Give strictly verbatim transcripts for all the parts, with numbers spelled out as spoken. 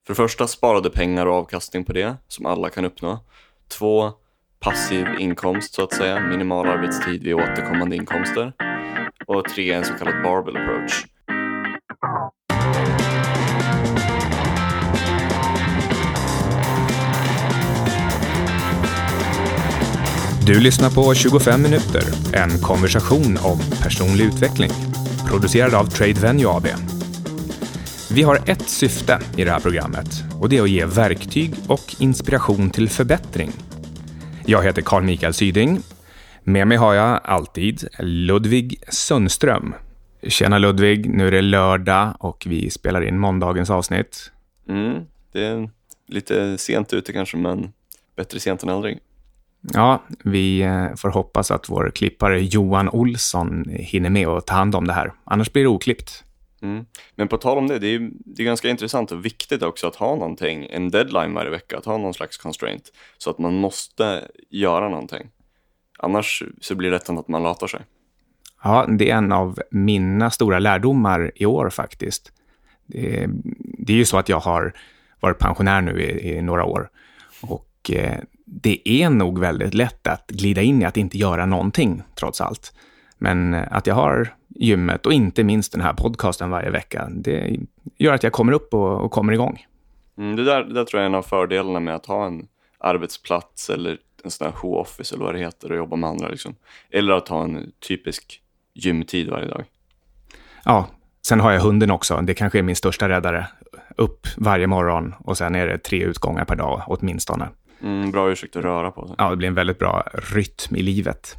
För det första, sparade pengar och avkastning på det som alla kan uppnå. Två, passiv inkomst så att säga, minimal arbetstid vid återkommande inkomster. Och tre, en så kallad barbell approach. Du lyssnar på tjugofem minuter, en konversation om personlig utveckling, producerad av Tradevenue A B. Vi har ett syfte i det här programmet och det är att ge verktyg och inspiration till förbättring. Jag heter Carl Mikael Syding. Med mig har jag alltid Ludvig Sundström. Tjena Ludvig, nu är det lördag och vi spelar in måndagens avsnitt. Mm, det är lite sent ute kanske, men bättre sent än aldrig. Ja, vi får hoppas att vår klippare Johan Olsson hinner med och ta hand om det här. Annars blir det oklippt. Mm. Men på tal om det, det är, det är ganska intressant och viktigt också att ha någonting, en deadline varje vecka, att ha någon slags constraint. Så att man måste göra någonting. Annars så blir det lätt att man latar sig. Ja, det är en av mina stora lärdomar i år faktiskt. Det är, det är ju så att jag har varit pensionär nu i, i några år. Och eh, det är nog väldigt lätt att glida in i att inte göra någonting trots allt. Men att jag har gymmet och inte minst den här podcasten varje vecka, det gör att jag kommer upp och, och kommer igång. Mm, det, där, det där tror jag är en av fördelarna med att ha en arbetsplats eller en sån här show-office eller vad det heter och jobba med andra liksom. Eller att ha en typisk gymtid varje dag. Ja, sen har jag hunden också. Det kanske är min största räddare. Upp varje morgon och sen är det tre utgångar per dag åtminstone. Mm, bra ursäkt att röra på sig. Ja, det blir en väldigt bra rytm i livet.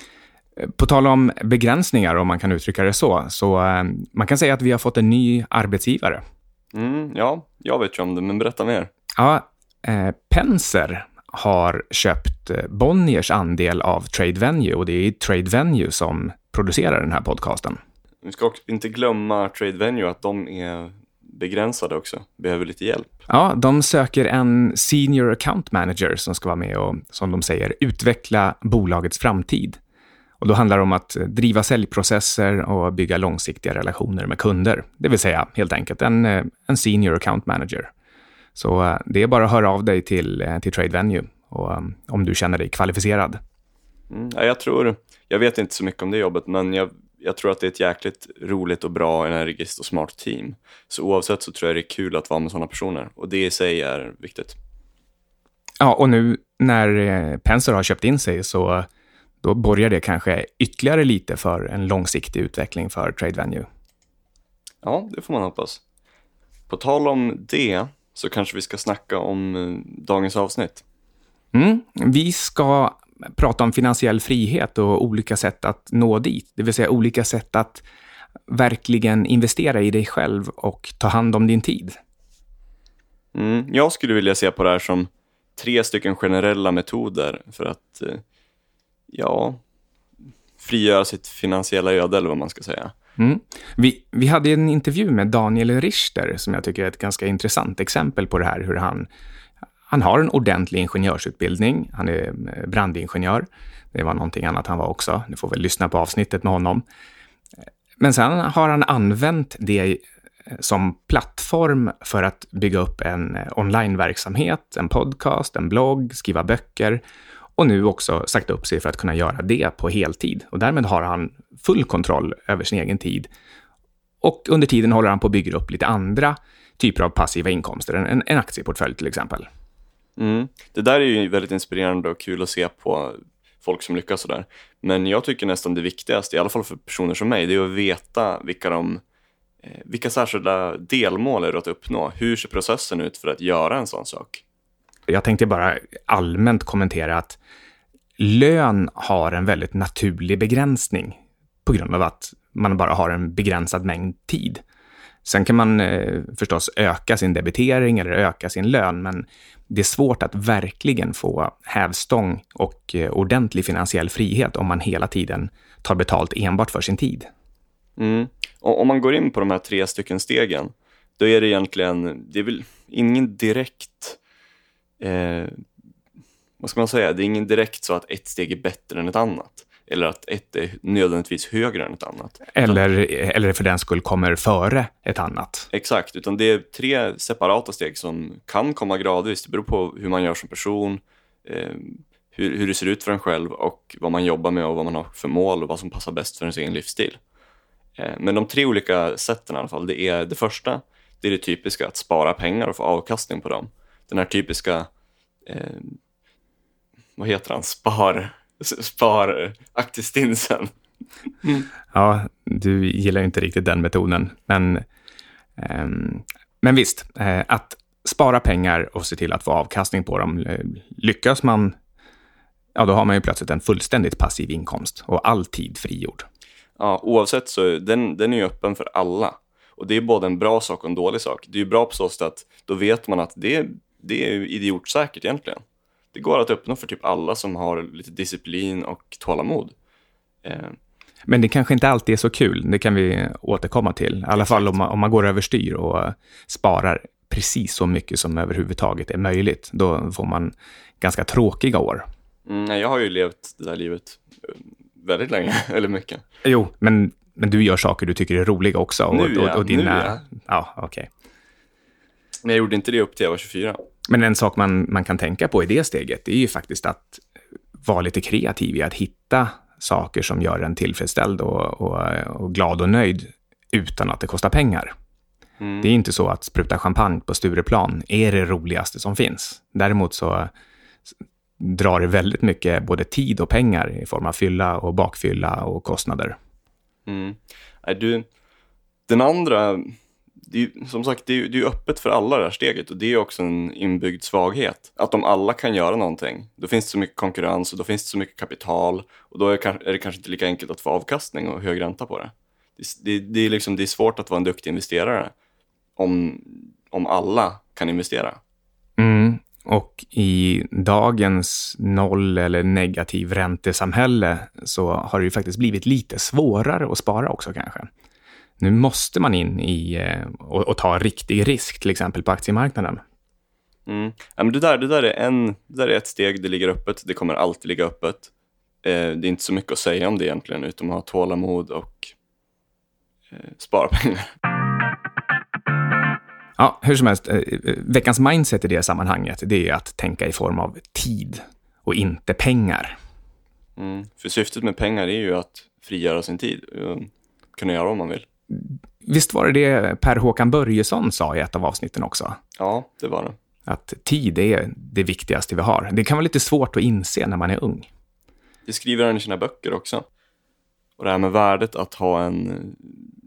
På tal om begränsningar, om man kan uttrycka det så, så eh, man kan säga att vi har fått en ny arbetsgivare. Mm, ja, jag vet ju om det, men berätta mer. Ja, eh, Penser har köpt Bonniers andel av Tradevenue och det är Tradevenue som producerar den här podcasten. Vi ska också inte glömma Tradevenue, att de är begränsade också, behöver lite hjälp. Ja, de söker en senior account manager som ska vara med och, som de säger, utveckla bolagets framtid. Och då handlar det om att driva säljprocesser och bygga långsiktiga relationer med kunder. Det vill säga helt enkelt en, en senior account manager. Så det är bara att höra av dig till, till Tradevenue och, om du känner dig kvalificerad. Mm, ja, jag tror, jag vet inte så mycket om det jobbet, men jag, jag tror att det är ett jäkligt roligt och bra, energiskt och smart team. Så oavsett så tror jag det är kul att vara med sådana personer. Och det i sig är viktigt. Ja, och nu när Penser har köpt in sig så då börjar det kanske ytterligare lite för en långsiktig utveckling för Tradevenue. Ja, det får man hoppas. På tal om det så kanske vi ska snacka om dagens avsnitt. Mm, vi ska prata om finansiell frihet och olika sätt att nå dit. Det vill säga olika sätt att verkligen investera i dig själv och ta hand om din tid. Mm, jag skulle vilja se på det här som tre stycken generella metoder för att ja, frigöra sitt finansiella öde eller vad man ska säga. Mm. Vi, vi hade en intervju med Daniel Richter som jag tycker är ett ganska intressant exempel på det här. Hur han, han har en ordentlig ingenjörsutbildning. Han är brandingenjör. Det var någonting annat han var också. Ni får väl lyssna på avsnittet med honom. Men sen har han använt det som plattform för att bygga upp en onlineverksamhet, en podcast, en blogg, skriva böcker. Och nu också sagt upp sig för att kunna göra det på heltid. Och därmed har han full kontroll över sin egen tid. Och under tiden håller han på att bygga upp lite andra typer av passiva inkomster. En, en aktieportfölj till exempel. Mm. Det där är ju väldigt inspirerande och kul att se på folk som lyckas sådär. Men jag tycker nästan det viktigaste, i alla fall för personer som mig, det är att veta vilka, de, vilka särskilda delmål är det att uppnå. Hur ser processen ut för att göra en sån sak? Jag tänkte bara allmänt kommentera att lön har en väldigt naturlig begränsning på grund av att man bara har en begränsad mängd tid. Sen kan man eh, förstås öka sin debitering eller öka sin lön, men det är svårt att verkligen få hävstång och eh, ordentlig finansiell frihet om man hela tiden tar betalt enbart för sin tid. Mm. Och om man går in på de här tre stycken stegen, då är det egentligen, det är väl ingen direkt Eh, vad ska man säga? Det är ingen direkt så att ett steg är bättre än ett annat. eller att ett är nödvändigtvis högre än ett annat. Eller, eller för den skull kommer före ett annat. Exakt, utan det är tre separata steg som kan komma gradvis. Det beror på hur man gör som person, eh, hur, hur det ser ut för en själv och vad man jobbar med och vad man har för mål och vad som passar bäst för ens egen livsstil. Eh, men de tre olika sätten i alla fall, det är det första, det är det typiska, att spara pengar och få avkastning på dem. Den här typiska, eh, vad heter han, spar, spar aktiestinsen. Mm. Ja, du gillar ju inte riktigt den metoden, men, eh, men visst, eh, att spara pengar och se till att få avkastning på dem, eh, lyckas man, ja då har man ju plötsligt en fullständigt passiv inkomst och all tid frigjord. Ja, oavsett så den, den är ju öppen för alla. Och det är både en bra sak och en dålig sak. Det är ju bra på så sätt att då vet man att det, det är idiotsäkert egentligen. Det går att uppnå för typ alla som har lite disciplin och tålamod. Eh. Men det kanske inte alltid är så kul. Det kan vi återkomma till. I alla Exakt. fall om man, om man går överstyr och sparar precis så mycket som överhuvudtaget är möjligt. Då får man ganska tråkiga år. Mm, jag har ju levt det där livet väldigt länge, eller mycket. Jo, men, men du gör saker du tycker är roliga också. Och, nu, ja, och, och dina... nu, ja. Ja, okej. Okay. Men jag gjorde inte det upp till jag var tjugofyra. Men en sak man, man kan tänka på i det steget, det är ju faktiskt att vara lite kreativ i att hitta saker som gör en tillfredsställd och, och, och glad och nöjd utan att det kostar pengar. Mm. Det är inte så att spruta champagne på Stureplan är det roligaste som finns. Däremot så drar det väldigt mycket både tid och pengar i form av fylla och bakfylla och kostnader. Mm. Är du, den andra, det är, som sagt, det är, det är öppet för alla det här steget och det är också en inbyggd svaghet. Att om alla kan göra någonting, då finns det så mycket konkurrens och då finns det så mycket kapital och då är, är det kanske inte lika enkelt att få avkastning och hög ränta på det. Det, det, det, är, liksom, det är svårt att vara en duktig investerare om, om alla kan investera. Mm. Och i dagens noll- eller negativ räntesamhälle så har det ju faktiskt blivit lite svårare att spara också kanske. Nu måste man in i och, och ta riktig risk, till exempel på aktiemarknaden. Mm. Ja, men det, där, det, där är en, det där är ett steg, det ligger öppet, det kommer alltid ligga öppet. Eh, det är inte så mycket att säga om det egentligen, utom att ha tålamod och eh, spara pengar. Ja, hur som helst, veckans mindset i det sammanhanget, det är att tänka i form av tid och inte pengar. Mm, för syftet med pengar är ju att frigöra sin tid och kunna göra vad man vill. Visst var det det Per Håkan Börjesson sa i ett av avsnitten också? Ja, det var det. Att tid är det viktigaste vi har. Det kan vara lite svårt att inse när man är ung. Det skriver han i sina böcker också. Och det här med värdet att ha en,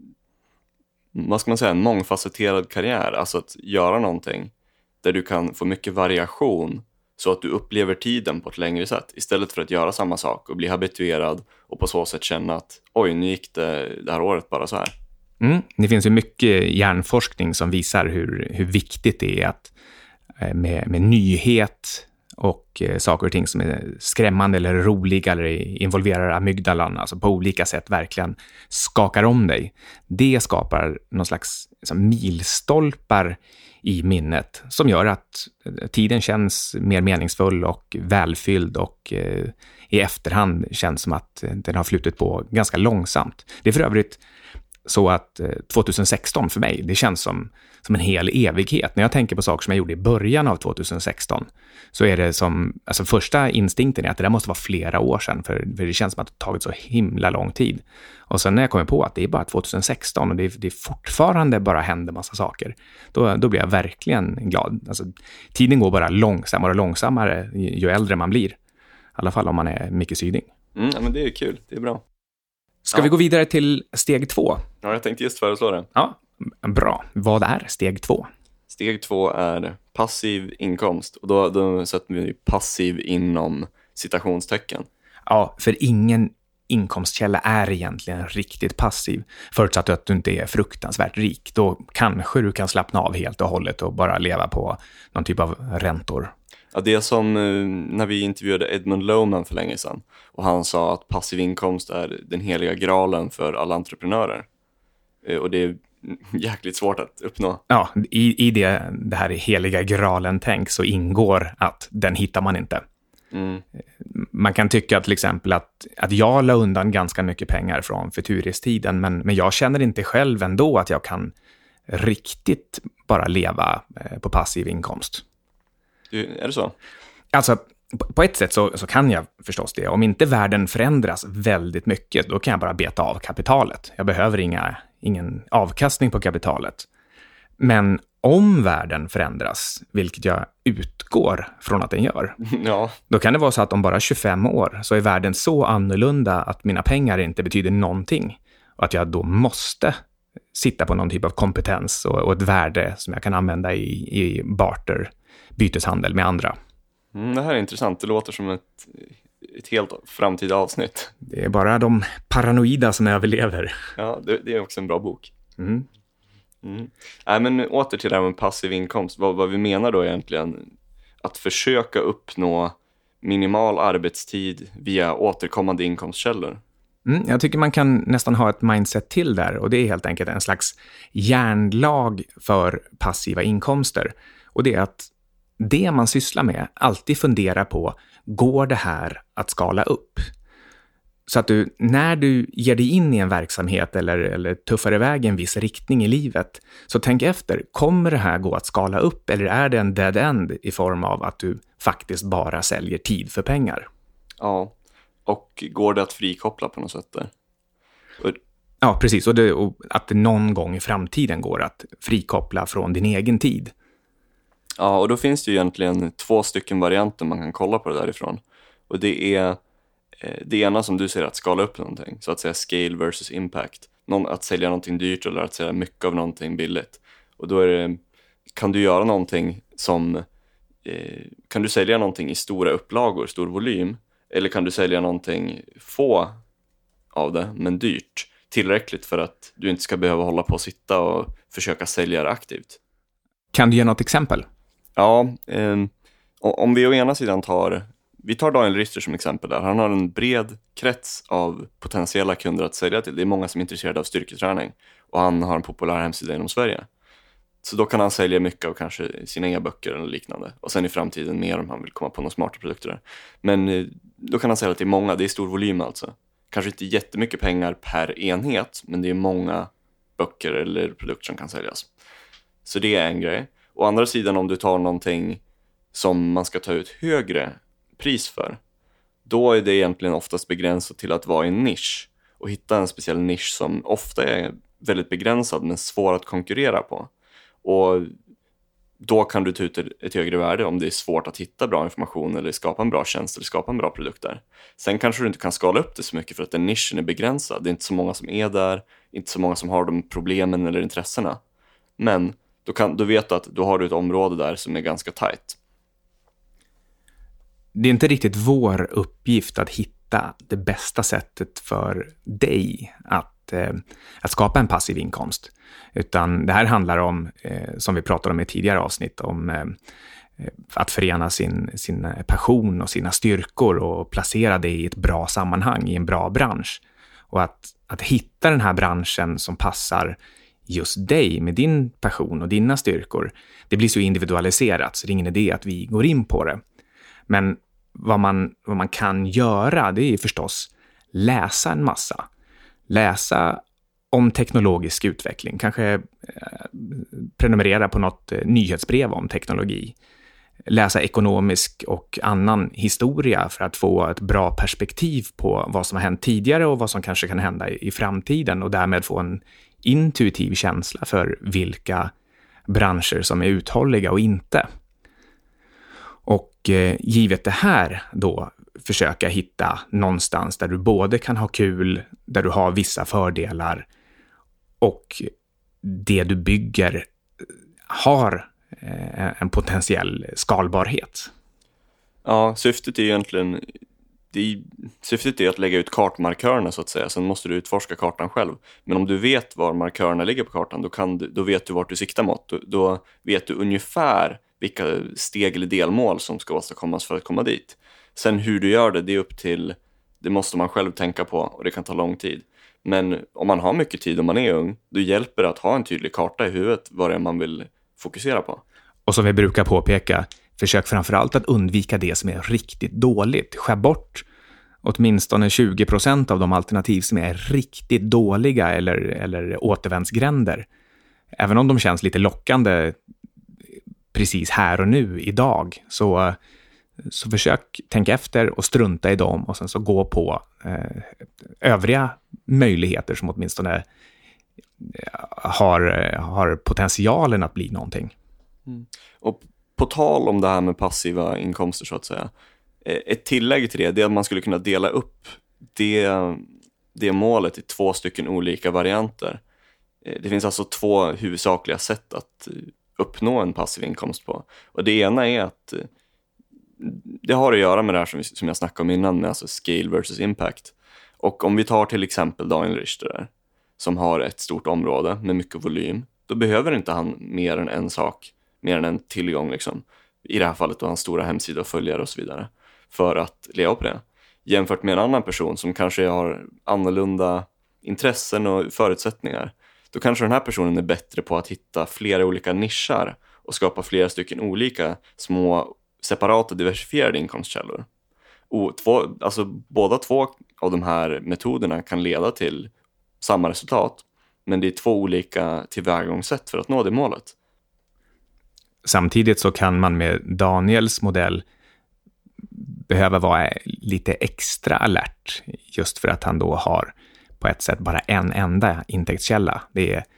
vad ska man säga, en mångfacetterad karriär. Alltså att göra någonting där du kan få mycket variation så att du upplever tiden på ett längre sätt. Istället för att göra samma sak och bli habituerad och på så sätt känna att oj, nu gick det, det här året bara så här. Mm, det finns ju mycket hjärnforskning som visar hur, hur viktigt det är att med, med nyhet och eh, saker och ting som är skrämmande eller roliga eller involverar amygdalan, alltså på olika sätt verkligen skakar om dig. Det skapar någon slags liksom, milstolpar i minnet som gör att tiden känns mer meningsfull och välfylld och eh, i efterhand känns som att den har flutit på ganska långsamt. Det är för övrigt så att eh, tjugohundrasexton för mig, det känns som, som en hel evighet. När jag tänker på saker som jag gjorde i början av tjugohundrasexton så är det som, alltså första instinkten är att det där måste vara flera år sedan, för, för det känns som att det har tagit så himla lång tid. Och sen när jag kommer på att det är bara tjugohundrasexton och det, det fortfarande bara händer massa saker, då, då blir jag verkligen glad. Alltså, tiden går bara långsammare och långsammare ju, ju äldre man blir. I alla fall om man är mycket syding. Mm, ja, men det är kul, det är bra. Ska ja. vi gå vidare till steg två? Ja, jag tänkte just föreslå det. Ja, bra. Vad är steg två? Steg två är passiv inkomst. Och då, då sätter vi passiv inom citationstecken. Ja, för ingen inkomstkälla är egentligen riktigt passiv. Förutsatt att du inte är fruktansvärt rik. Då kanske du kan slappna av helt och hållet och bara leva på någon typ av räntor. Ja, det är som när vi intervjuade Edmund Lohman för länge sedan. Och han sa att passiv inkomst är den heliga graalen för alla entreprenörer. Och det är jäkligt svårt att uppnå. Ja, i, i det, det här heliga graalen tänk så ingår att den hittar man inte. Mm. Man kan tycka till exempel att, att jag la undan ganska mycket pengar från futuristiden, men, men jag känner inte själv ändå att jag kan riktigt bara leva på passiv inkomst. Du, är det så? Alltså, på ett sätt så, så kan jag förstås det. Om inte världen förändras väldigt mycket, då kan jag bara beta av kapitalet. Jag behöver inga, ingen avkastning på kapitalet. Men om världen förändras, vilket jag utgår från att den gör, ja. då kan det vara så att om bara tjugofem år så är världen så annorlunda att mina pengar inte betyder någonting. Och att jag då måste sitta på någon typ av kompetens och, och ett värde som jag kan använda i, i barter, byteshandel med andra. Mm, det här är intressant. Det låter som ett, ett helt framtida avsnitt. Det är bara de paranoida som överlever. Ja, det, det är också en bra bok. Mm. Mm. Nej, men åter till det här med passiv inkomst. Vad, vad vi menar då egentligen? Att försöka uppnå minimal arbetstid via återkommande inkomstkällor. Mm, jag tycker man kan nästan ha ett mindset till där, och det är helt enkelt en slags järnlag för passiva inkomster. Och det är att det man sysslar med alltid funderar på, går det här att skala upp? Så att du, när du ger dig in i en verksamhet eller, eller tuffar iväg en viss riktning i livet, så tänk efter, kommer det här gå att skala upp eller är det en dead end i form av att du faktiskt bara säljer tid för pengar? Ja, och går det att frikoppla på något sätt där? Och... Ja, precis. Och, det, och att det någon gång i framtiden går att frikoppla från din egen tid. Ja, och då finns det ju egentligen två stycken varianter man kan kolla på det därifrån. Och det är det ena som du säger, att skala upp någonting. Så att säga scale versus impact. Någon, att sälja någonting dyrt eller att sälja mycket av någonting billigt. Och då är det, kan du göra någonting som, eh, kan du sälja någonting i stora upplagor, stor volym. Eller kan du sälja någonting få av det, men dyrt. Tillräckligt för att du inte ska behöva hålla på och sitta och försöka sälja det aktivt. Kan du ge något exempel? Ja, eh, om vi å ena sidan tar, vi tar Daniel Richter som exempel där. Han har en bred krets av potentiella kunder att sälja till. Det är många som är intresserade av styrketräning och han har en populär hemsida inom Sverige. Så då kan han sälja mycket av kanske sina egna böcker eller liknande. Och sen i framtiden mer om han vill komma på några smarta produkter där. Men eh, då kan han sälja till många, det är stor volym alltså. Kanske inte jättemycket pengar per enhet, men det är många böcker eller produkter som kan säljas. Så det är en grej. Å andra sidan, om du tar någonting som man ska ta ut högre pris för, då är det egentligen oftast begränsat till att vara i en nisch och hitta en speciell nisch som ofta är väldigt begränsad men svår att konkurrera på. Och då kan du ta ut ett högre värde om det är svårt att hitta bra information eller skapa en bra tjänst eller skapa en bra produkt där. Sen kanske du inte kan skala upp det så mycket för att den nischen är begränsad. Det är inte så många som är där, inte så många som har de problemen eller intressena. Men då, kan, då vet du att då har du ett område där som är ganska tajt. Det är inte riktigt vår uppgift att hitta det bästa sättet för dig att, eh, att skapa en passiv inkomst. Utan det här handlar om, eh, som vi pratade om i tidigare avsnitt, om eh, att förena sin, sin passion och sina styrkor och placera det i ett bra sammanhang, i en bra bransch. Och att, att hitta den här branschen som passar just dig med din passion och dina styrkor, det blir så individualiserat så det är ingen idé att vi går in på det. Men vad man, vad man kan göra, det är förstås läsa en massa. Läsa om teknologisk utveckling. Kanske eh, prenumerera på något eh, nyhetsbrev om teknologi. Läsa ekonomisk och annan historia för att få ett bra perspektiv på vad som har hänt tidigare och vad som kanske kan hända i, i framtiden. Och därmed få en intuitiv känsla för vilka branscher som är uthålliga och inte. Och eh, givet det här då försöka hitta någonstans där du både kan ha kul, där du har vissa fördelar och det du bygger har eh, en potentiell skalbarhet. Ja, syftet är egentligen det är, syftet är att lägga ut kartmarkörerna så att säga. Sen måste du utforska kartan själv. Men om du vet var markörerna ligger på kartan, då, kan du, då vet du vart du siktar mot. Då, då vet du ungefär vilka steg eller delmål som ska åstadkommas för att komma dit. Sen hur du gör det, det är upp till, det måste man själv tänka på och det kan ta lång tid. Men om man har mycket tid och man är ung, då hjälper det att ha en tydlig karta i huvudet vad det är man vill fokusera på. Och som vi brukar påpeka, försök framförallt att undvika det som är riktigt dåligt. Skär bort åtminstone tjugo procent av de alternativ som är riktigt dåliga eller, eller återvändsgränder. Även om de känns lite lockande precis här och nu, idag, så, så försök tänka efter och strunta i dem och sen så gå på eh, övriga möjligheter som åtminstone har, har potentialen att bli någonting. Mm. Och på tal om det här med passiva inkomster så att säga, ett tillägg till det, det är att man skulle kunna dela upp det, det målet i två stycken olika varianter. Det finns alltså två huvudsakliga sätt att uppnå en passiv inkomst på. Och det ena är att det har att göra med det här som, som jag snackade om innan, med alltså scale versus impact. Och om vi tar till exempel Daniel Richter där, som har ett stort område med mycket volym, då behöver inte han mer än en sak, mer än en tillgång liksom. I det här fallet då hans stora hemsida och följare och så vidare, för att leva på det. Jämfört med en annan person som kanske har annorlunda intressen och förutsättningar, då kanske den här personen är bättre på att hitta flera olika nischar och skapa flera stycken olika små separata diversifierade inkomstkällor. Och två, alltså båda två av de här metoderna kan leda till samma resultat, men det är två olika tillvägagångssätt för att nå det målet. Samtidigt så kan man med Daniels modell behöva vara lite extra alert, just för att han då har på ett sätt bara en enda intäktskälla. Det är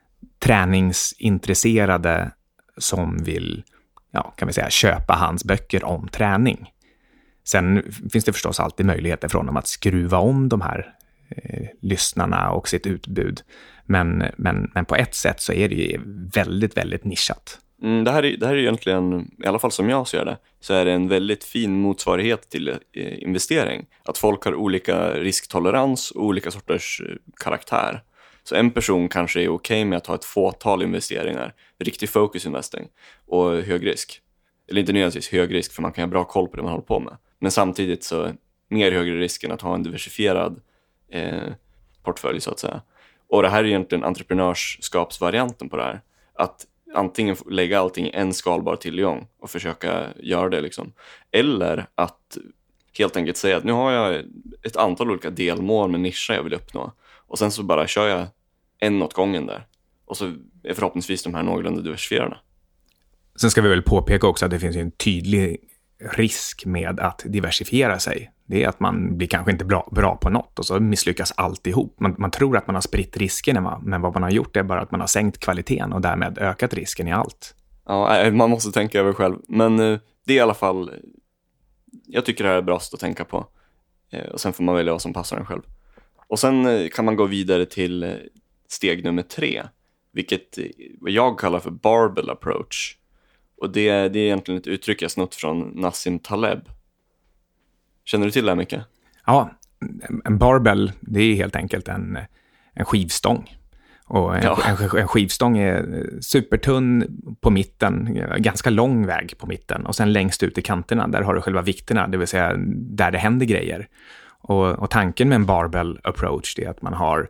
träningsintresserade som vill, ja, kan vi säga, köpa hans böcker om träning. Sen finns det förstås alltid möjligheter för honom att skruva om de här eh, lyssnarna och sitt utbud. Men, men, men på ett sätt så är det ju väldigt, väldigt nischat. Mm, det, här är, det här är egentligen, i alla fall som jag ser det, så är det en väldigt fin motsvarighet till eh, investering. Att folk har olika risktolerans och olika sorters eh, karaktär. Så en person kanske är okej med att ha ett fåtal investeringar, riktig focus investing och hög risk. Eller inte nödvändigtvis hög risk, för man kan ha bra koll på det man håller på med. Men samtidigt så mer högre risk än att ha en diversifierad eh, portfölj så att säga. Och det här är egentligen entreprenörskapsvarianten på det här. Att antingen lägga allting i en skalbar tillgång och försöka göra det liksom. Eller att helt enkelt säga att nu har jag ett antal olika delmål med nischer jag vill uppnå. Och sen så bara kör jag en åt gången där. Och så är förhoppningsvis de här någorlunda diversifierade. Sen ska vi väl påpeka också att det finns en tydlig risk med att diversifiera sig. Det är att man blir kanske inte bra, bra på något och så misslyckas alltihop. Man, man tror att man har spritt riskerna, men vad man har gjort är bara att man har sänkt kvaliteten och därmed ökat risken i allt. Ja, man måste tänka över själv. Men det är i alla fall, jag tycker det här är bra att tänka på. Och sen får man välja vad som passar en själv. Och sen kan man gå vidare till steg nummer tre, vilket jag kallar för barbell approach. Och det, det är egentligen ett uttryck jag snott från Nassim Taleb. Känner du till det här mycket? Ja, en barbell, det är helt enkelt en, en skivstång. Och en, ja. en, en skivstång är supertunn på mitten, ganska lång väg på mitten. Och sen längst ut i kanterna, där har du själva vikterna, det vill säga där det händer grejer. Och, och tanken med en barbell approach är att man har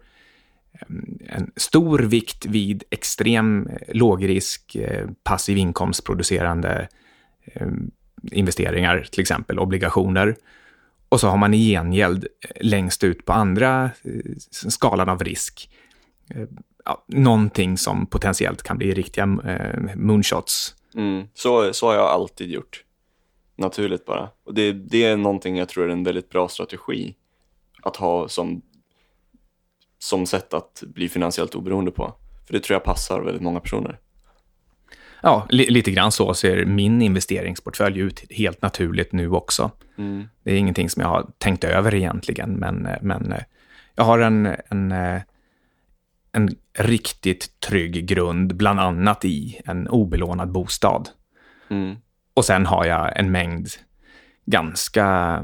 en stor vikt vid extrem lågrisk passiv inkomstproducerande investeringar, till exempel obligationer. Och så har man i gengäld längst ut på andra skalan av risk ja, någonting som potentiellt kan bli riktiga eh, moonshots. Mm, så, så har jag alltid gjort. Naturligt bara. Och det, det är någonting jag tror är en väldigt bra strategi att ha som, som sätt att bli finansiellt oberoende på. För det tror jag passar väldigt många personer. Ja, li- lite grann så ser min investeringsportfölj ut helt naturligt nu också. Mm. Det är ingenting som jag har tänkt över egentligen, men, men jag har en, en, en riktigt trygg grund, bland annat i en obelånad bostad. Mm. Och sen har jag en mängd ganska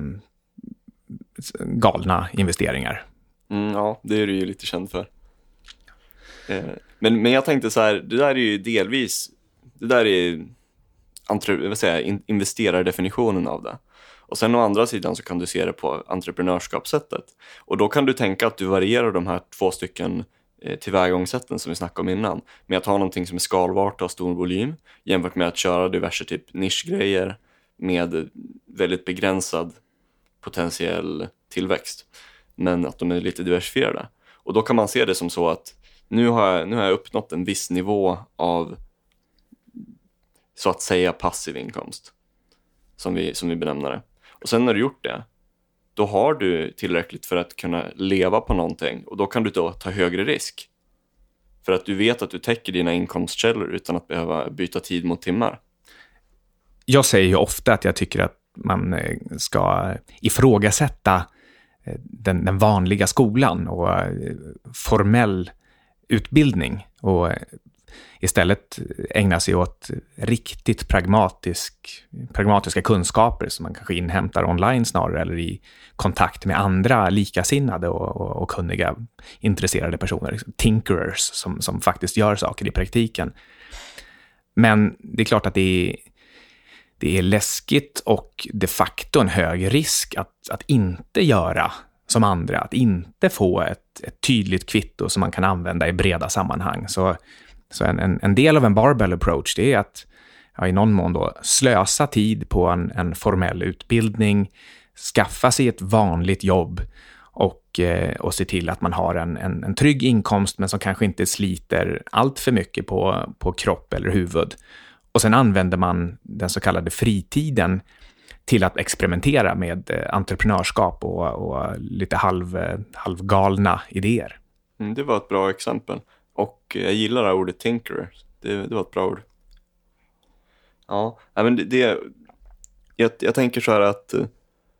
galna investeringar. Mm, ja, det är du ju lite känd för. Eh, men, men jag tänkte så här, det där är ju delvis, det där är entre, vad säger jag, investerardefinitionen av det. Och sen å andra sidan så kan du se det på entreprenörskapssättet. Och då kan du tänka att du varierar de här två stycken eh, tillvägagångssätten som vi snackade om innan. Med att ha någonting som är skalbart och har stor volym jämfört med att köra diverse typ nischgrejer med väldigt begränsad potentiell tillväxt. Men att de är lite diversifierade. Och då kan man se det som så att nu har jag, nu har jag uppnått en viss nivå av så att säga passiv inkomst. Som vi, som vi benämner det. Och sen när du gjort det, då har du tillräckligt för att kunna leva på någonting. Och då kan du då ta högre risk. För att du vet att du täcker dina inkomstkällor utan att behöva byta tid mot timmar. Jag säger ju ofta att jag tycker att man ska ifrågasätta den, den vanliga skolan och formell utbildning och istället ägna sig åt riktigt pragmatisk, pragmatiska kunskaper som man kanske inhämtar online snarare eller i kontakt med andra likasinnade och, och, och kunniga, intresserade personer, liksom tinkerers som, som faktiskt gör saker i praktiken. Men det är klart att det är, det är läskigt och de facto en hög risk att, att inte göra som andra, att inte få ett, ett tydligt kvitto som man kan använda i breda sammanhang. Så Så en, en, en del av en barbell approach det är att ja, i någon mån då slösa tid på en, en formell utbildning, skaffa sig ett vanligt jobb och, eh, och se till att man har en, en, en trygg inkomst men som kanske inte sliter allt för mycket på, på kropp eller huvud. Och sen använder man den så kallade fritiden till att experimentera med eh, entreprenörskap och, och lite halv, halvgalna idéer. Mm, det var ett bra exempel. Och jag gillar det här ordet tinkerer. Det, det var ett bra ord. Ja, men det, det jag, jag tänker så här att uh,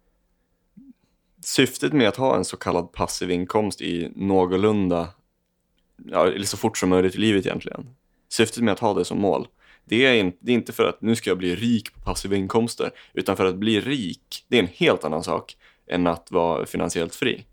syftet med att ha en så kallad passiv inkomst i någorlunda, ja, eller så fort som möjligt i livet egentligen. Syftet med att ha det som mål, det är, in, det är inte för att nu ska jag bli rik på passiva inkomster, utan för att bli rik, det är en helt annan sak än att vara finansiellt fri.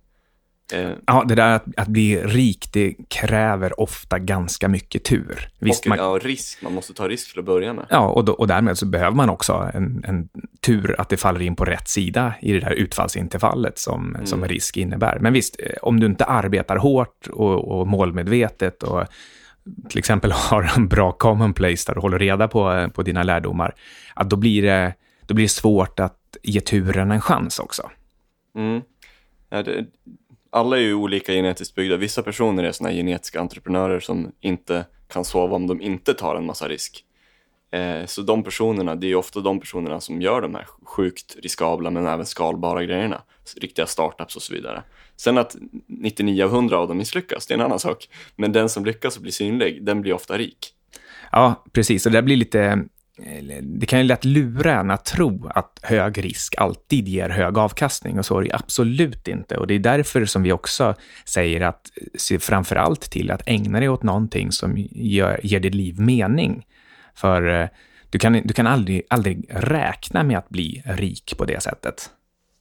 Ja, det där att, att bli rik, det kräver ofta ganska mycket tur. Visst, och, man, ja, risk. Man måste ta risk för att börja med. Ja, och, då, och därmed så behöver man också en, en tur att det faller in på rätt sida i det där utfallsintervallet som, mm. som risk innebär. Men visst, om du inte arbetar hårt och, och målmedvetet och till exempel har en bra commonplace där du håller reda på, på dina lärdomar, att då blir det, då blir det svårt att ge turen en chans också. Mm. Ja, det... Alla är ju olika genetiskt byggda. Vissa personer är såna genetiska entreprenörer som inte kan sova om de inte tar en massa risk. Eh, så de personerna, det är ju ofta de personerna som gör de här sjukt riskabla men även skalbara grejerna. Riktiga startups och så vidare. Sen att nittionio av hundra av dem misslyckas, det är en annan sak. Men den som lyckas och blir synlig, den blir ofta rik. Ja, precis. Och det blir lite... Det kan ju lätt lura en att tro att hög risk alltid ger hög avkastning och så är det absolut inte. Och det är därför som vi också säger att se framförallt till att ägna dig åt någonting som gör, ger ditt liv mening. För du kan, du kan aldrig, aldrig räkna med att bli rik på det sättet.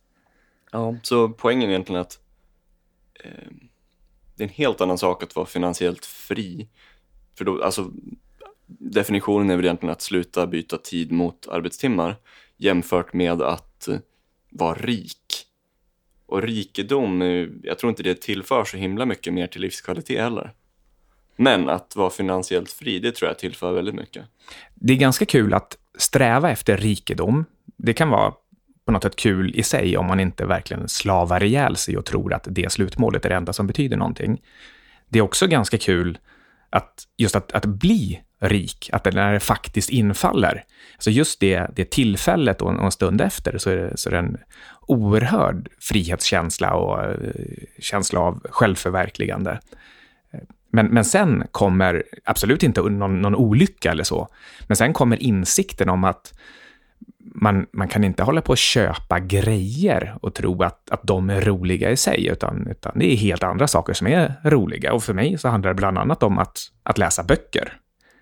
Ja, så poängen är egentligen att eh, det är en helt annan sak att vara finansiellt fri. För då, alltså... Definitionen är väl egentligen att sluta byta tid mot arbetstimmar jämfört med att vara rik. Och rikedom, jag tror inte det tillför så himla mycket mer till livskvalitet heller. Men att vara finansiellt fri, det tror jag tillför väldigt mycket. Det är ganska kul att sträva efter rikedom. Det kan vara på något sätt kul i sig om man inte verkligen slavar ihjäl sig och tror att det slutmålet är det enda som betyder någonting. Det är också ganska kul att just att, att bli rik, att det när det faktiskt infaller. Alltså just det, det tillfället och en stund efter så är det, så är det en oerhörd frihetskänsla och uh, känsla av självförverkligande. Men, men sen kommer, absolut inte någon, någon olycka eller så, men sen kommer insikten om att man, man kan inte hålla på att köpa grejer och tro att, att de är roliga i sig, utan, utan det är helt andra saker som är roliga. Och för mig så handlar det bland annat om att, att läsa böcker.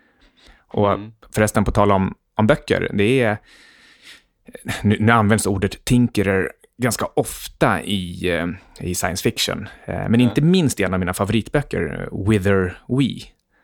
Och mm. förresten på tal om, om böcker, det är, nu, nu används ordet tinkerer ganska ofta i, i science fiction. Men mm. inte minst i en av mina favoritböcker, Whither We,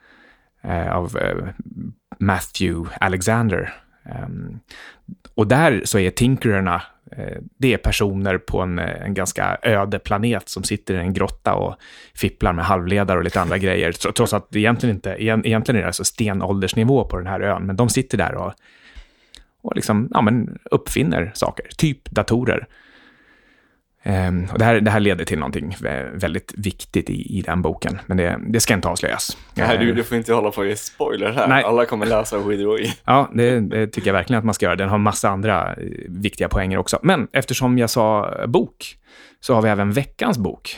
av Matthew Alexander. Um, och där så är tinkererna Det är personer på en, en ganska öde planet som sitter i en grotta och fipplar med halvledare och lite andra grejer. Trots att det egentligen inte egentligen är det alltså stenåldersnivå på den här ön. Men de sitter där och, och liksom, ja, men uppfinner saker. Typ datorer. Um, och det, här, det här leder till någonting väldigt viktigt i, i den boken. Men det, det ska inte avslöjas. Nej, du, du får inte hålla på i spoiler här. Nej. Alla kommer läsa och skidor i. Ja, det, det tycker jag verkligen att man ska göra. Den har massa andra viktiga poänger också. Men eftersom jag sa bok så har vi även veckans bok.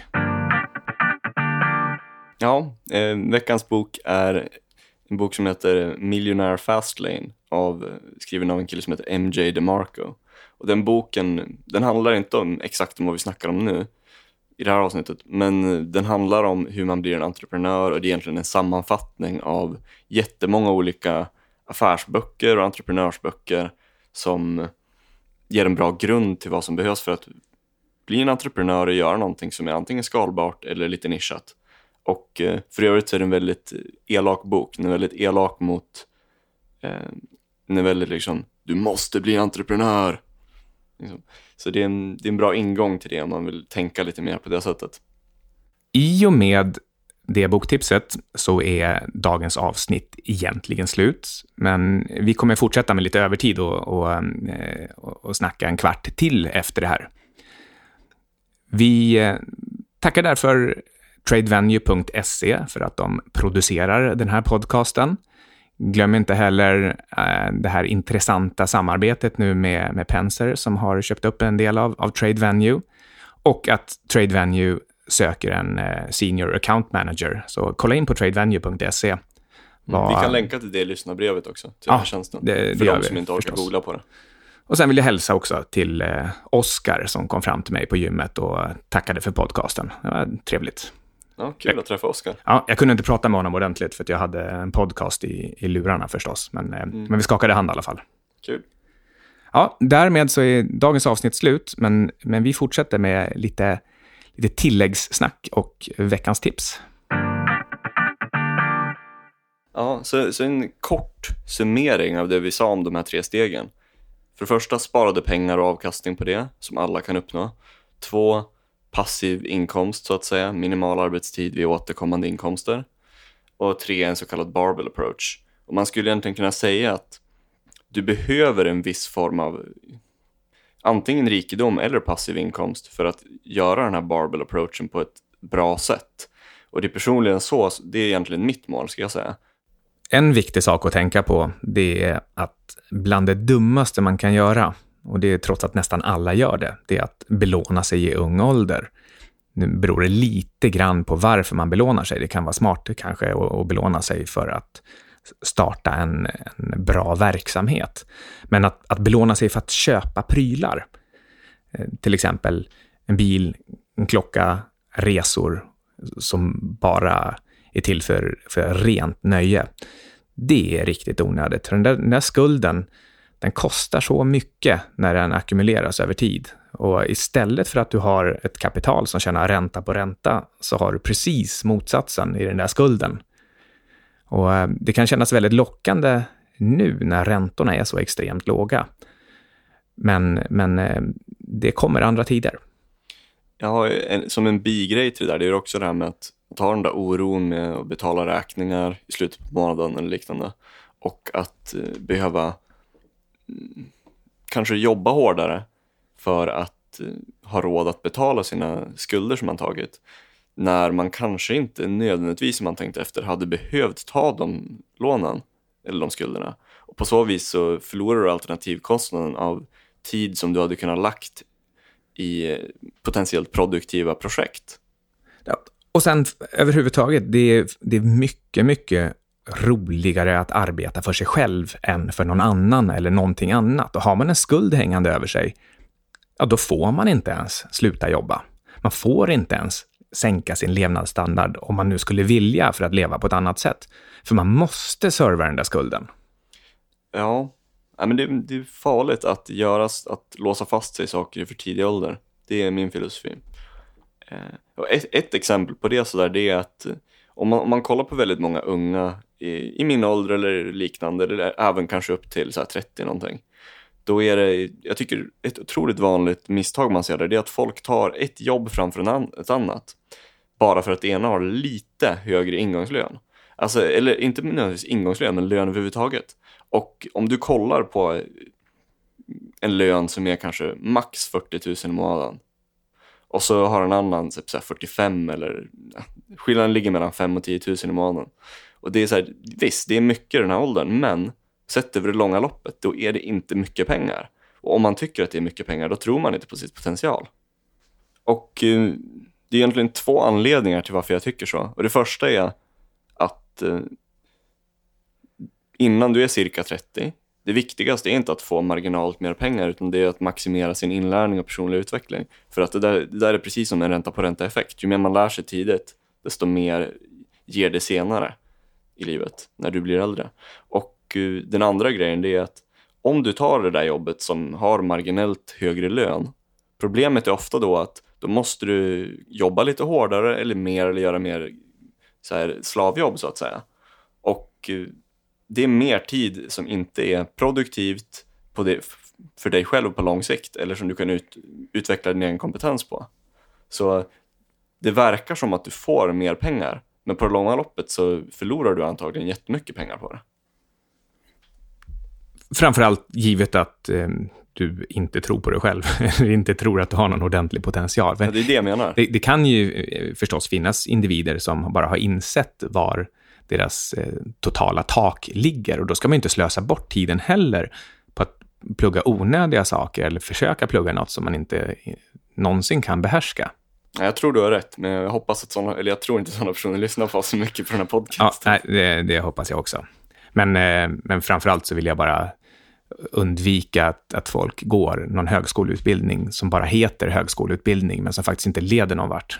Ja, eh, veckans bok är en bok som heter Millionaire Fastlane av, skriven av en kille som heter M J DeMarco. Och den boken, den handlar inte om exakt om vad vi snackar om nu i det här avsnittet, men den handlar om hur man blir en entreprenör, och det är egentligen en sammanfattning av jättemånga olika affärsböcker och entreprenörsböcker som ger en bra grund till vad som behövs för att bli en entreprenör och göra någonting som är antingen skalbart eller lite nischat. Och för övrigt så är det en väldigt elak bok. Den är väldigt elak mot eh, den är väldigt liksom, du måste bli entreprenör. Så det är, en, det är en bra ingång till det om man vill tänka lite mer på det sättet. I och med det boktipset så är dagens avsnitt egentligen slut. Men vi kommer fortsätta med lite övertid och, och, och, och snacka en kvart till efter det här. Vi tackar därför tradevenue punkt se för att de producerar den här podcasten. Glöm inte heller äh, det här intressanta samarbetet nu med, med Penser som har köpt upp en del av, av TradeVenue, och att TradeVenue söker en äh, senior account manager. Så kolla in på tradevenue punkt se. Var... Vi kan länka till det i lyssnarbrevet också, till ja, den här tjänsten, det, för det de som vi, inte orkar googla på det. Och sen vill jag hälsa också till äh, Oscar som kom fram till mig på gymmet och tackade för podcasten. Det var trevligt. Ja, kul att träffa Oscar. Ja, jag kunde inte prata med honom ordentligt för att jag hade en podcast i, i lurarna förstås. Men, mm. men vi skakade hand i alla fall. Kul. Ja, därmed så är dagens avsnitt slut. Men, men vi fortsätter med lite, lite tilläggssnack och veckans tips. Ja, så, så en kort summering av det vi sa om de här tre stegen. För det första, sparade pengar och avkastning på det som alla kan uppnå. Två, passiv inkomst så att säga, minimal arbetstid vid återkommande inkomster. Och tre, en så kallad barbell approach. Och man skulle egentligen kunna säga att du behöver en viss form av antingen rikedom eller passiv inkomst för att göra den här barbell approachen på ett bra sätt. Och det är personligen så, det är egentligen mitt mål ska jag säga. En viktig sak att tänka på, det är att bland det dummaste man kan göra, och det är trots att nästan alla gör det, det är att belåna sig i ung ålder. Nu beror det lite grann på varför man belånar sig. Det kan vara smart kanske att, att belåna sig för att starta en, en bra verksamhet. Men att, att belåna sig för att köpa prylar, till exempel en bil, en klocka, resor som bara är till för, för rent nöje, det är riktigt onödigt. Den där, den där skulden, den kostar så mycket när den ackumuleras över tid. Och istället för att du har ett kapital som tjänar ränta på ränta, så har du precis motsatsen i den där skulden. Och det kan kännas väldigt lockande nu när räntorna är så extremt låga. Men, men det kommer andra tider. Ja, en, som en bigrej till det där, det är också det här med att ta den där oron med att betala räkningar i slutet på månaden eller liknande. Och att eh, behöva mm, kanske jobba hårdare för att eh, ha råd att betala sina skulder som man tagit. När man kanske inte nödvändigtvis, som man tänkte efter, hade behövt ta de lånen eller de skulderna. Och på så vis så förlorar du alternativkostnaden av tid som du hade kunnat lagt i potentiellt produktiva projekt. Ja, och sen överhuvudtaget, det är, det är mycket, mycket roligare att arbeta för sig själv än för någon annan eller någonting annat. Och har man en skuld hängande över sig, ja, då får man inte ens sluta jobba. Man får inte ens sänka sin levnadsstandard om man nu skulle vilja för att leva på ett annat sätt. För man måste serva den där skulden. Ja, ja men det, det är farligt att, göra, att låsa fast sig i saker i för tidig ålder. Det är min filosofi. Eh, och ett, ett exempel på det, så där, det är att om man, om man kollar på väldigt många unga i, i min ålder eller liknande, eller även kanske upp till så här trettio någonting, då är det, jag tycker ett otroligt vanligt misstag man ser där, det är att folk tar ett jobb framför en an, ett annat. Bara för att det ena har lite högre ingångslön. Alltså, eller inte nödvändigtvis ingångslön, men lön överhuvudtaget. Och om du kollar på en lön som är kanske max fyrtio tusen i månaden. Och så har en annan typ så här fyrtiofem eller skillnaden ligger mellan fem och tio tusen i månaden. Och det är så här, visst, det är mycket i den här åldern, men sett över det långa loppet, då är det inte mycket pengar. Och om man tycker att det är mycket pengar, då tror man inte på sitt potential. Och eh, det är egentligen två anledningar till varför jag tycker så. Och det första är att eh, innan du är cirka trettio, det viktigaste är inte att få marginalt mer pengar, utan det är att maximera sin inlärning och personlig utveckling. För att det där, det där är precis som en ränta på ränta-effekt. Ju mer man lär sig tidigt, desto mer ger det senare i livet när du blir äldre. Och uh, den andra grejen, det är att om du tar det där jobbet som har marginellt högre lön, problemet är ofta då att då måste du jobba lite hårdare eller mer, eller göra mer så här, slavjobb så att säga. Och uh, det är mer tid som inte är produktivt på det, för dig själv på lång sikt, eller som du kan ut, utveckla din egen kompetens på. Så det verkar som att du får mer pengar, men på det långa loppet så förlorar du antagligen jättemycket pengar på det. Framförallt givet att eh, du inte tror på dig själv, eller inte tror att du har någon ordentlig potential. Ja, det är det jag menar. Det, det kan ju eh, förstås finnas individer som bara har insett var deras eh, totala tak ligger, och då ska man inte slösa bort tiden heller på att plugga onödiga saker eller försöka plugga något som man inte någonsin kan behärska. Jag tror du har rätt, men jag hoppas att såna, eller jag tror inte sådana personer lyssnar på så mycket på den här podcasten. Ja, nej, det, det hoppas jag också. Men, eh, men framförallt så vill jag bara undvika att, att folk går någon högskoleutbildning som bara heter högskoleutbildning, men som faktiskt inte leder någon vart.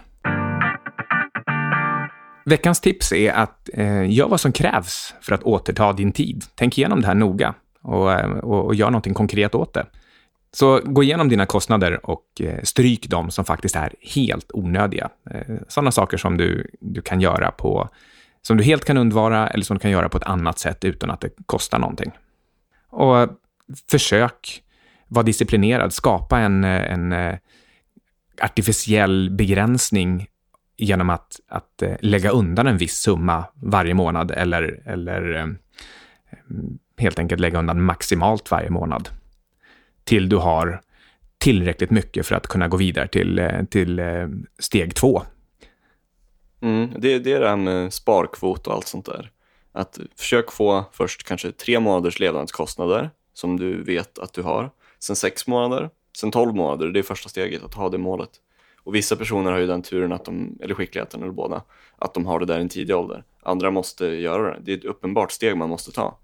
Veckans tips är att eh, gör vad som krävs för att återta din tid. Tänk igenom det här noga och, och, och gör någonting konkret åt det. Så gå igenom dina kostnader och eh, stryk dem som faktiskt är helt onödiga. Eh, sådana saker som du, du kan göra på, som du helt kan undvara, eller som du kan göra på ett annat sätt utan att det kostar någonting. Och försök vara disciplinerad, skapa en, en eh, artificiell begränsning genom att, att eh, lägga undan en viss summa varje månad, eller, eller eh, helt enkelt lägga undan maximalt varje månad till du har tillräckligt mycket för att kunna gå vidare till, eh, till eh, steg två. Mm, det, det är det här med sparkvot och allt sånt där. Att försök få först kanske tre månaders levnadskostnader som du vet att du har. Sen sex månader, sen tolv månader. Det är första steget, att ha det målet. Och vissa personer har ju den turen, att de, eller skickligheten eller båda, att de har det där i en tidig ålder. Andra måste göra det. Det är ett uppenbart steg man måste ta.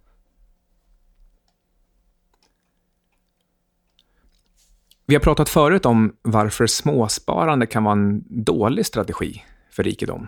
Vi har pratat förut om varför småsparande kan vara en dålig strategi för rikedom.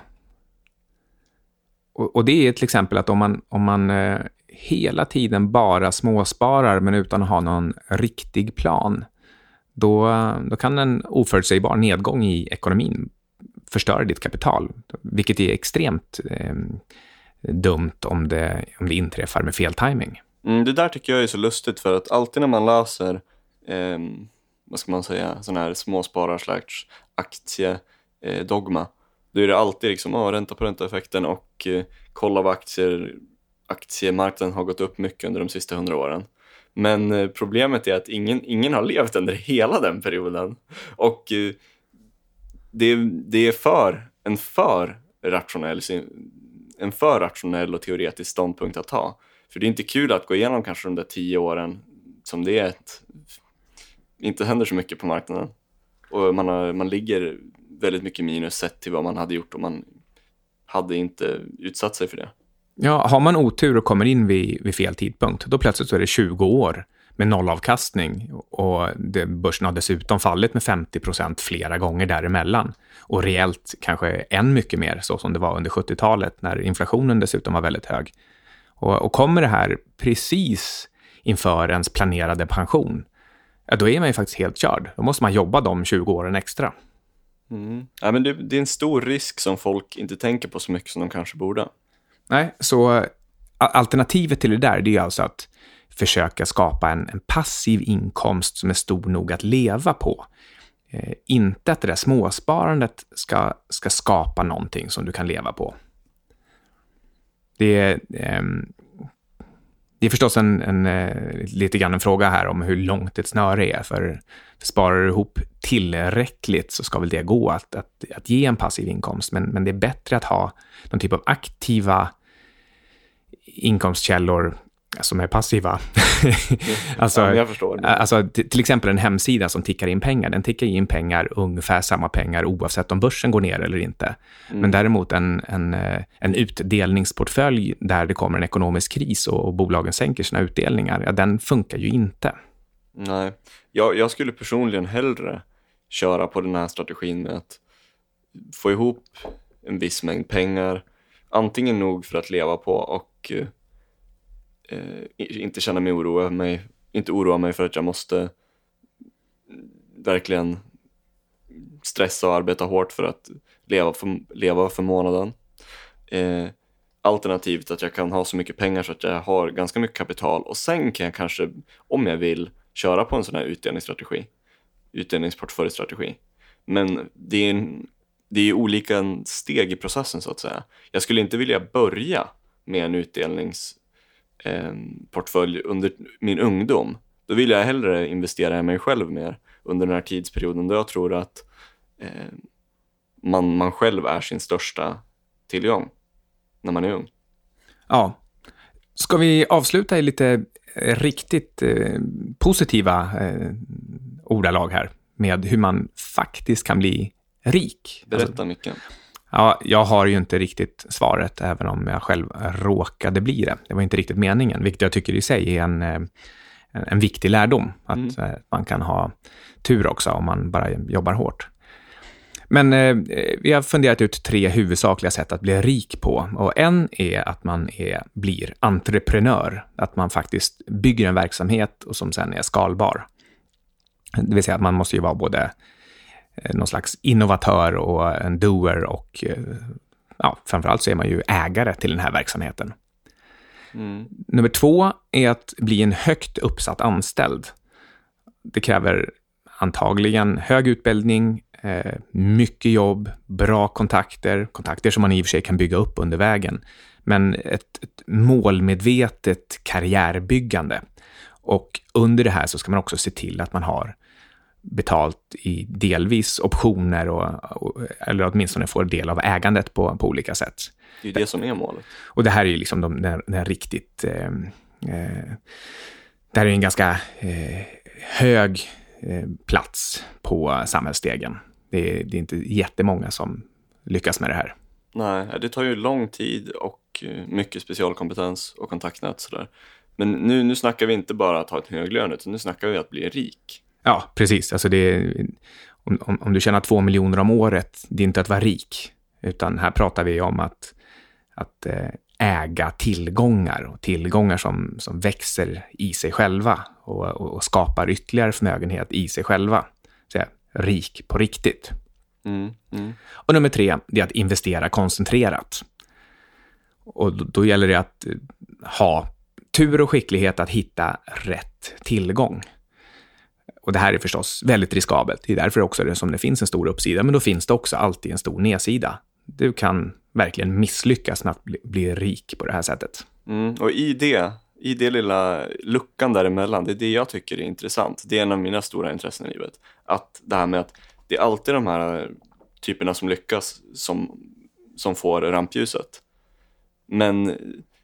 Och, och det är till exempel att om man, om man eh, hela tiden bara småsparar men utan att ha någon riktig plan, då, då kan en oförutsägbar nedgång i ekonomin förstöra ditt kapital, vilket är extremt eh, dumt om det, om det inträffar med fel timing. Mm, det där tycker jag är så lustigt, för att alltid när man läser eh, vad ska man säga, sån här småsparar slags aktiedogma, då är det alltid liksom, oh, ränta på ränta-effekten och eh, kolla vad aktier, aktiemarknaden har gått upp mycket under de sista hundra åren. Men eh, problemet är att ingen, ingen har levt under hela den perioden. Och eh, det, det är för en för rationell en för rationell och teoretisk ståndpunkt att ta. För det är inte kul att gå igenom kanske de där tio åren som det är ett, inte händer så mycket på marknaden. Och man, har, man ligger väldigt mycket minus sett till vad man hade gjort om man hade inte utsatt sig för det. Ja, har man otur och kommer in vid, vid fel tidpunkt, då plötsligt så är det tjugo år med nollavkastning, och det, börsen har dessutom fallit med femtio procent flera gånger däremellan, och reellt kanske än mycket mer, så som det var under sjuttiotalet när inflationen dessutom var väldigt hög. Och, och kommer det här precis inför ens planerade pension, ja, då är man ju faktiskt helt körd. Då måste man jobba de tjugo åren extra. Mm. Ja, men det, det är en stor risk som folk inte tänker på så mycket som de kanske borde. Nej, så alternativet till det där, det är alltså att försöka skapa en, en passiv inkomst som är stor nog att leva på. Eh, inte att det där småsparandet ska, ska skapa någonting som du kan leva på. Det är, eh, det är förstås en, en, en, lite grann en fråga här om hur långt ett snöre är. För sparar du ihop tillräckligt så ska väl det gå att, att, att ge en passiv inkomst. Men, men det är bättre att ha någon typ av aktiva inkomstkällor som är passiva. alltså, ja, jag förstår det. Alltså till exempel en hemsida som tickar in pengar. Den tickar in pengar, ungefär samma pengar oavsett om börsen går ner eller inte. Mm. Men däremot en, en, en utdelningsportfölj där det kommer en ekonomisk kris och, och bolagen sänker sina utdelningar, ja, den funkar ju inte. Nej, jag, jag skulle personligen hellre köra på den här strategin med att få ihop en viss mängd pengar, antingen nog för att leva på och eh, inte känna mig oroa mig, inte oroa mig för att jag måste verkligen stressa och arbeta hårt för att leva för, leva för månaden. Eh, alternativt att jag kan ha så mycket pengar så att jag har ganska mycket kapital och sen kan jag kanske, om jag vill, köra på en sån här utdelningsstrategi, utdelningsportföljstrategi. Men det är, en, det är olika steg i processen så att säga. Jag skulle inte vilja börja med en utdelningsportfölj eh, under min ungdom. Då vill jag hellre investera i mig själv mer under den här tidsperioden då jag tror att eh, man, man själv är sin största tillgång när man är ung. Ja. Ska vi avsluta i lite riktigt eh, positiva eh, ordalag här med hur man faktiskt kan bli rik? Berätta alltså, mycket. Ja, jag har ju inte riktigt svaret även om jag själv råkade bli det. Det var inte riktigt meningen, vilket jag tycker i sig är en, en, en viktig lärdom. Att mm. eh, man kan ha tur också om man bara jobbar hårt. Men eh, vi har funderat ut tre huvudsakliga sätt att bli rik på. Och en är att man är, blir entreprenör. Att man faktiskt bygger en verksamhet och som sen är skalbar. Det vill säga att man måste ju vara både eh, någon slags innovatör och en doer. Och eh, ja, framförallt så är man ju ägare till den här verksamheten. Mm. Nummer två är att bli en högt uppsatt anställd. Det kräver antagligen hög utbildning, Eh, mycket jobb, bra kontakter, kontakter som man i och för sig kan bygga upp under vägen, men ett, ett målmedvetet karriärbyggande. Och under det här så ska man också se till att man har betalt i delvis optioner och, och, eller åtminstone får del av ägandet på, på olika sätt. Det är det som är målet. Och det här är ju liksom de, den, den riktigt eh, eh, det här är en ganska eh, hög eh, plats på samhällsstegen. Det är, det är inte jättemånga som lyckas med det här. Nej, det tar ju lång tid och mycket specialkompetens och kontaktnät sådär. Men nu, nu snackar vi inte bara att ha ett hög lön, utan nu snackar vi att bli rik. Ja, precis. Alltså det är, om, om, om du tjänar två miljoner om året, det är inte att vara rik. Utan här pratar vi om att, att äga tillgångar. Och tillgångar som, som växer i sig själva och, och, och skapar ytterligare förmögenhet i sig själva. Så här, rik på riktigt. Mm, mm. Och nummer tre, det är att investera koncentrerat. Och då, då gäller det att ha tur och skicklighet att hitta rätt tillgång. Och det här är förstås väldigt riskabelt. Det är därför också det som det finns en stor uppsida, men då finns det också alltid en stor nedsida. Du kan verkligen misslyckas med att bli, bli rik på det här sättet. Mm, och i det, i det lilla luckan däremellan, det är det jag tycker är intressant. Det är en av mina stora intressen i livet. Att det här med att det är alltid de här typerna som lyckas som, som får rampljuset. Men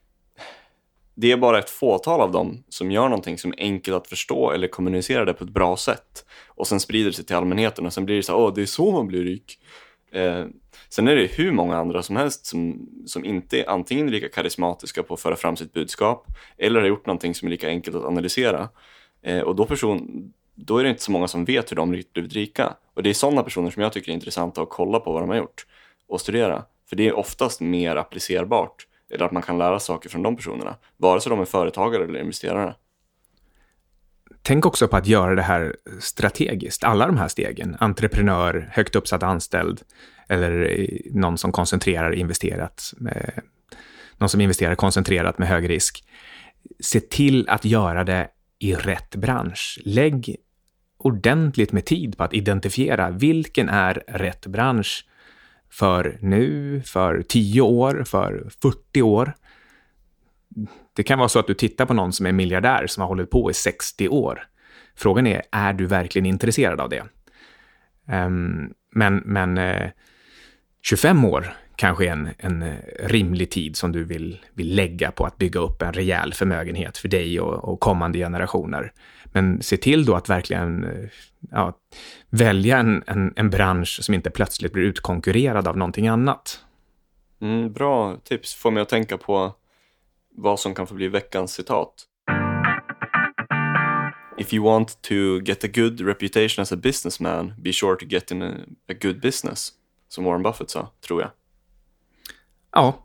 det är bara ett fåtal av dem som gör någonting som är enkelt att förstå eller kommunicera det på ett bra sätt. Och sen sprider det sig till allmänheten och sen blir det så här, åh, det är så man blir rik. Eh, sen är det hur många andra som helst som, som inte är antingen lika karismatiska på att föra fram sitt budskap eller har gjort någonting som är lika enkelt att analysera. Eh, och då, person, då är det inte så många som vet hur de blivit rika. Och det är sådana personer som jag tycker är intressanta att kolla på vad de har gjort och studera. För det är oftast mer applicerbart. Eller att man kan lära saker från de personerna. Vare sig de är företagare eller investerare. Tänk också på att göra det här strategiskt. Alla de här stegen. Entreprenör, högt uppsatt anställd. Eller någon som koncentrerar investerat. Med, någon som investerar koncentrerat med hög risk. se till att göra det i rätt bransch. Lägg ordentligt med tid på att identifiera vilken är rätt bransch för nu, för tio år, för fyrtio år. Det kan vara så att du tittar på någon som är miljardär som har hållit på i sextio år. Frågan är, är du verkligen intresserad av det? Um, men men uh, tjugofem år kanske är en, en rimlig tid som du vill, vill lägga på att bygga upp en rejäl förmögenhet för dig och, och kommande generationer. Men se till då att verkligen ja, välja en, en, en bransch som inte plötsligt blir utkonkurrerad av någonting annat. Mm, bra tips. Får mig att tänka på vad som kan få bli veckans citat. If you want to get a good reputation as a businessman, be sure to get in a, a good business. Som Warren Buffett sa, tror jag. Ja.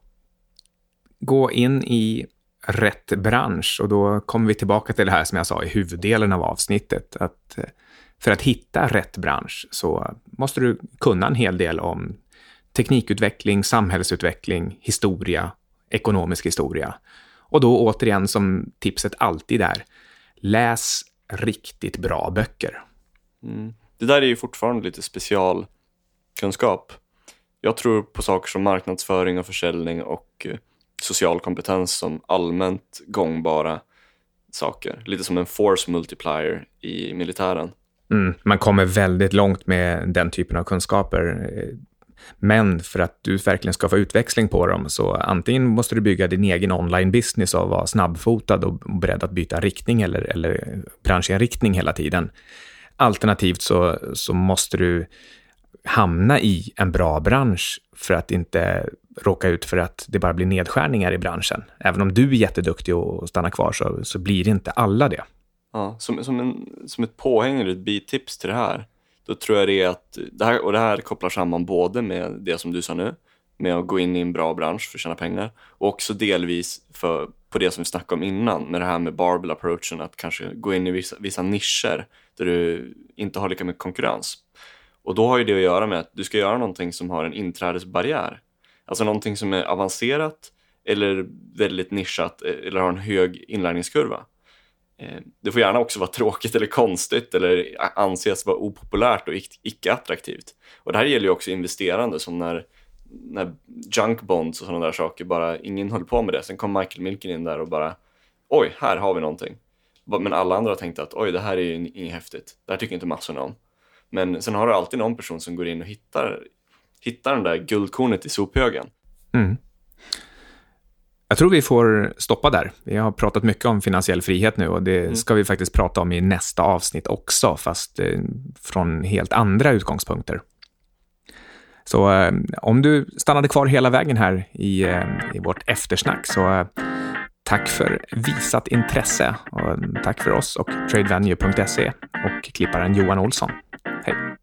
Gå in i rätt bransch, och då kommer vi tillbaka till det här som jag sa i huvuddelen av avsnittet, att för att hitta rätt bransch så måste du kunna en hel del om teknikutveckling, samhällsutveckling, historia, ekonomisk historia. Och då återigen som tipset alltid är, läs riktigt bra böcker. Mm. Det där är ju fortfarande lite specialkunskap. Jag tror på saker som marknadsföring och försäljning och social kompetens som allmänt gångbara saker. Lite som en force multiplier i militären. Mm, man kommer väldigt långt med den typen av kunskaper. Men för att du verkligen ska få utväxling på dem så antingen måste du bygga din egen online-business och vara snabbfotad och beredd att byta riktning eller, eller branschinriktning hela tiden. Alternativt så, så måste du hamna i en bra bransch för att inte råka ut för att det bara blir nedskärningar i branschen. Även om du är jätteduktig och stannar kvar så, så blir inte alla det. Ja, som, som, en, som ett påhäng eller ett bitips till det här, då tror jag det är att det här, och det här kopplar samman både med det som du sa nu, med att gå in i en bra bransch för att tjäna pengar, och också delvis för, på det som vi snackade om innan, med det här med barbell approachen, att kanske gå in i vissa, vissa nischer där du inte har lika mycket konkurrens. Och då har ju det att göra med att du ska göra någonting som har en inträdesbarriär. Alltså någonting som är avancerat eller väldigt nischat eller har en hög inlärningskurva. Det får gärna också vara tråkigt eller konstigt eller anses vara opopulärt och icke-attraktivt. Och det här gäller ju också investerande, som när, när junk bonds och sådana där saker, bara ingen höll på med det. Sen kom Michael Milken in där och bara, oj, här har vi någonting. Men alla andra tänkte att oj, det här är ju inget häftigt. Det här tycker inte massorna om. Men sen har du alltid någon person som går in och hittar, hittar den där guldkornet i sophögen. Mm. Jag tror vi får stoppa där. Vi har pratat mycket om finansiell frihet nu och det mm. ska vi faktiskt prata om i nästa avsnitt också, fast eh, från helt andra utgångspunkter. Så eh, om du stannade kvar hela vägen här i, eh, i vårt eftersnack, så eh, tack för visat intresse och tack för oss och tradevenue punkt se och klipparen Johan Olsson. Hej!